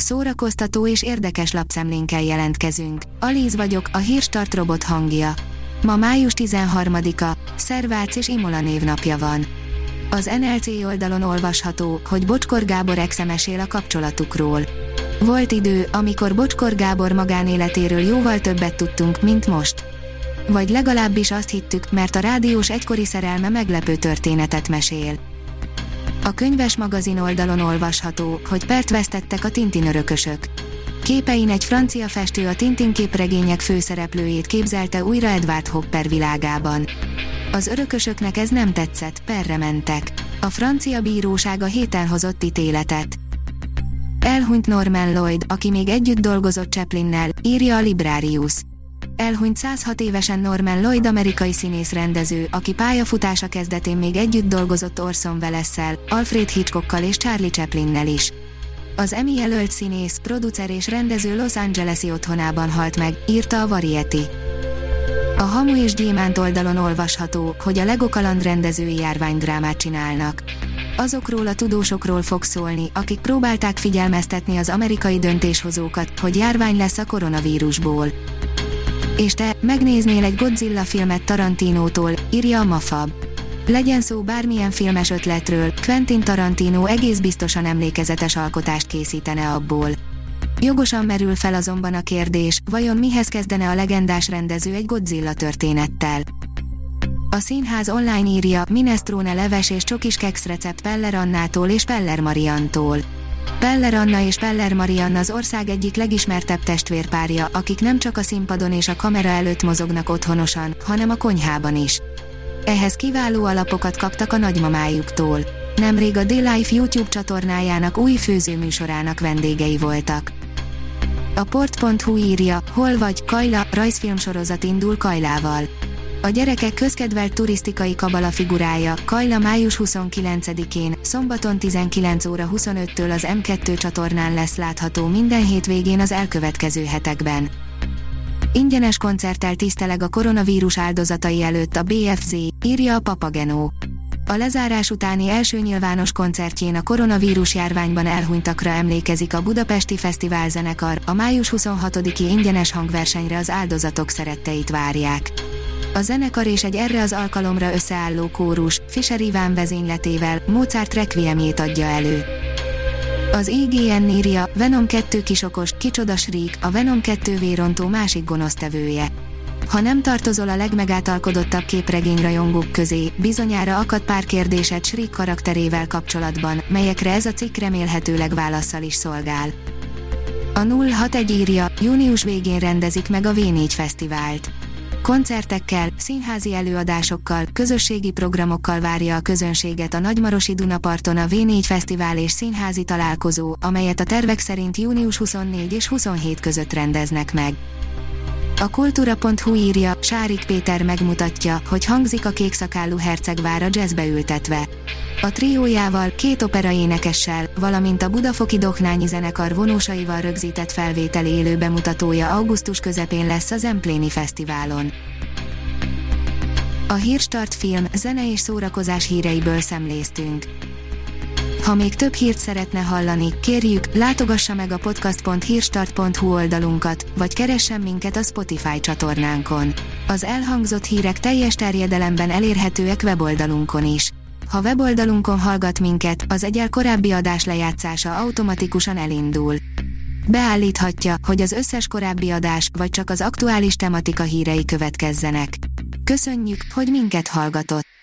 szórakoztató és érdekes lapszemlénkkel jelentkezünk. Alíz vagyok, a Hírstart robot hangja. Ma május 13-a, Szervác és Imola névnapja van. Az NLC oldalon olvasható, hogy Bocskor Gábor exe mesél a kapcsolatukról. Volt idő, amikor Bocskor Gábor magánéletéről jóval többet tudtunk, mint most. Vagy legalábbis azt hittük, mert a rádiós egykori szerelme meglepő történetet mesél. A Könyves magazin oldalon olvasható, hogy pert vesztettek a Tintin örökösök. Képein egy francia festő a Tintin képregények főszereplőjét képzelte újra Edward Hopper világában. Az örökösöknek ez nem tetszett, perre mentek. A francia bíróság a héten hozott ítéletet. Elhunyt Norman Lloyd, aki még együtt dolgozott Chaplinnel, írja a Librarius. Elhunyt 106 évesen Norman Lloyd amerikai színész-rendező, aki pályafutása kezdetén még együtt dolgozott Orson Welles-szel, Alfred Hitchcockkal és Charlie Chaplinnel is. Az Emmy jelölt színész, producer és rendező Los Angeles-i otthonában halt meg, írta a Variety. A Hamu és Gyémánt oldalon olvasható, hogy a Lego kaland rendezői járványdrámát csinálnak. Azokról a tudósokról fog szólni, akik próbálták figyelmeztetni az amerikai döntéshozókat, hogy járvány lesz a koronavírusból. És te, megnéznél egy Godzilla filmet Tarantinótól, írja a Mafab. Legyen szó bármilyen filmes ötletről, Quentin Tarantino egész biztosan emlékezetes alkotást készítene abból. Jogosan merül fel azonban a kérdés, vajon mihez kezdene a legendás rendező egy Godzilla történettel. A Színház online írja, minestrone leves és csokis keksz recept Peller Annától és Peller Mariantól. Peller Anna és Peller Marianna az ország egyik legismertebb testvérpárja, akik nem csak a színpadon és a kamera előtt mozognak otthonosan, hanem a konyhában is. Ehhez kiváló alapokat kaptak a nagymamájuktól. Nemrég a D-Life YouTube csatornájának új főzőműsorának vendégei voltak. A port.hu írja, hol vagy, Kajla, rajzfilmsorozat indul Kajlával. A gyerekek közkedvelt turisztikai kabala figurája, Kajla május 29-én, szombaton 19 óra 25-től az M2 csatornán lesz látható minden hétvégén az elkövetkező hetekben. Ingyenes koncerttel tiszteleg a koronavírus áldozatai előtt a BFZ, írja a Papageno. A lezárás utáni első nyilvános koncertjén a koronavírus járványban elhunytakra emlékezik a Budapesti Fesztivál zenekar, a május 26-i ingyenes hangversenyre az áldozatok szeretteit várják. A zenekar és egy erre az alkalomra összeálló kórus, Fischer Iván vezényletével, Mozart requiemjét adja elő. Az IGN írja, Venom 2 kisokos, kicsoda Shriek, a Venom 2 vérontó másik gonosztevője. Ha nem tartozol a legmegátalkodottabb képregényrajongók közé, bizonyára akad pár kérdésed Shriek karakterével kapcsolatban, melyekre ez a cikk remélhetőleg válasszal is szolgál. A 061 írja, június végén rendezik meg a V4 Fesztivált. Koncertekkel, színházi előadásokkal, közösségi programokkal várja a közönséget a Nagymarosi Dunaparton a V4 Fesztivál és színházi találkozó, amelyet a tervek szerint június 24 és 27 között rendeznek meg. A kultúra.hu írja, Sárik Péter megmutatja, hogy hangzik a kékszakálú hercegvár a jazzbe ültetve. A triójával, 2 operaénekessel, valamint a Budafoki Doknányi zenekar vonósaival rögzített felvétel élő bemutatója augusztus közepén lesz a Zempléni Fesztiválon. A Hírstart film, zene és szórakozás híreiből szemléztünk. Ha még több hírt szeretne hallani, kérjük, látogassa meg a podcast.hírstart.hu oldalunkat, vagy keressen minket a Spotify csatornánkon. Az elhangzott hírek teljes terjedelemben elérhetőek weboldalunkon is. Ha weboldalunkon hallgat minket, az egyel korábbi adás lejátszása automatikusan elindul. Beállíthatja, hogy az összes korábbi adás, vagy csak az aktuális tematika hírei következzenek. Köszönjük, hogy minket hallgatott!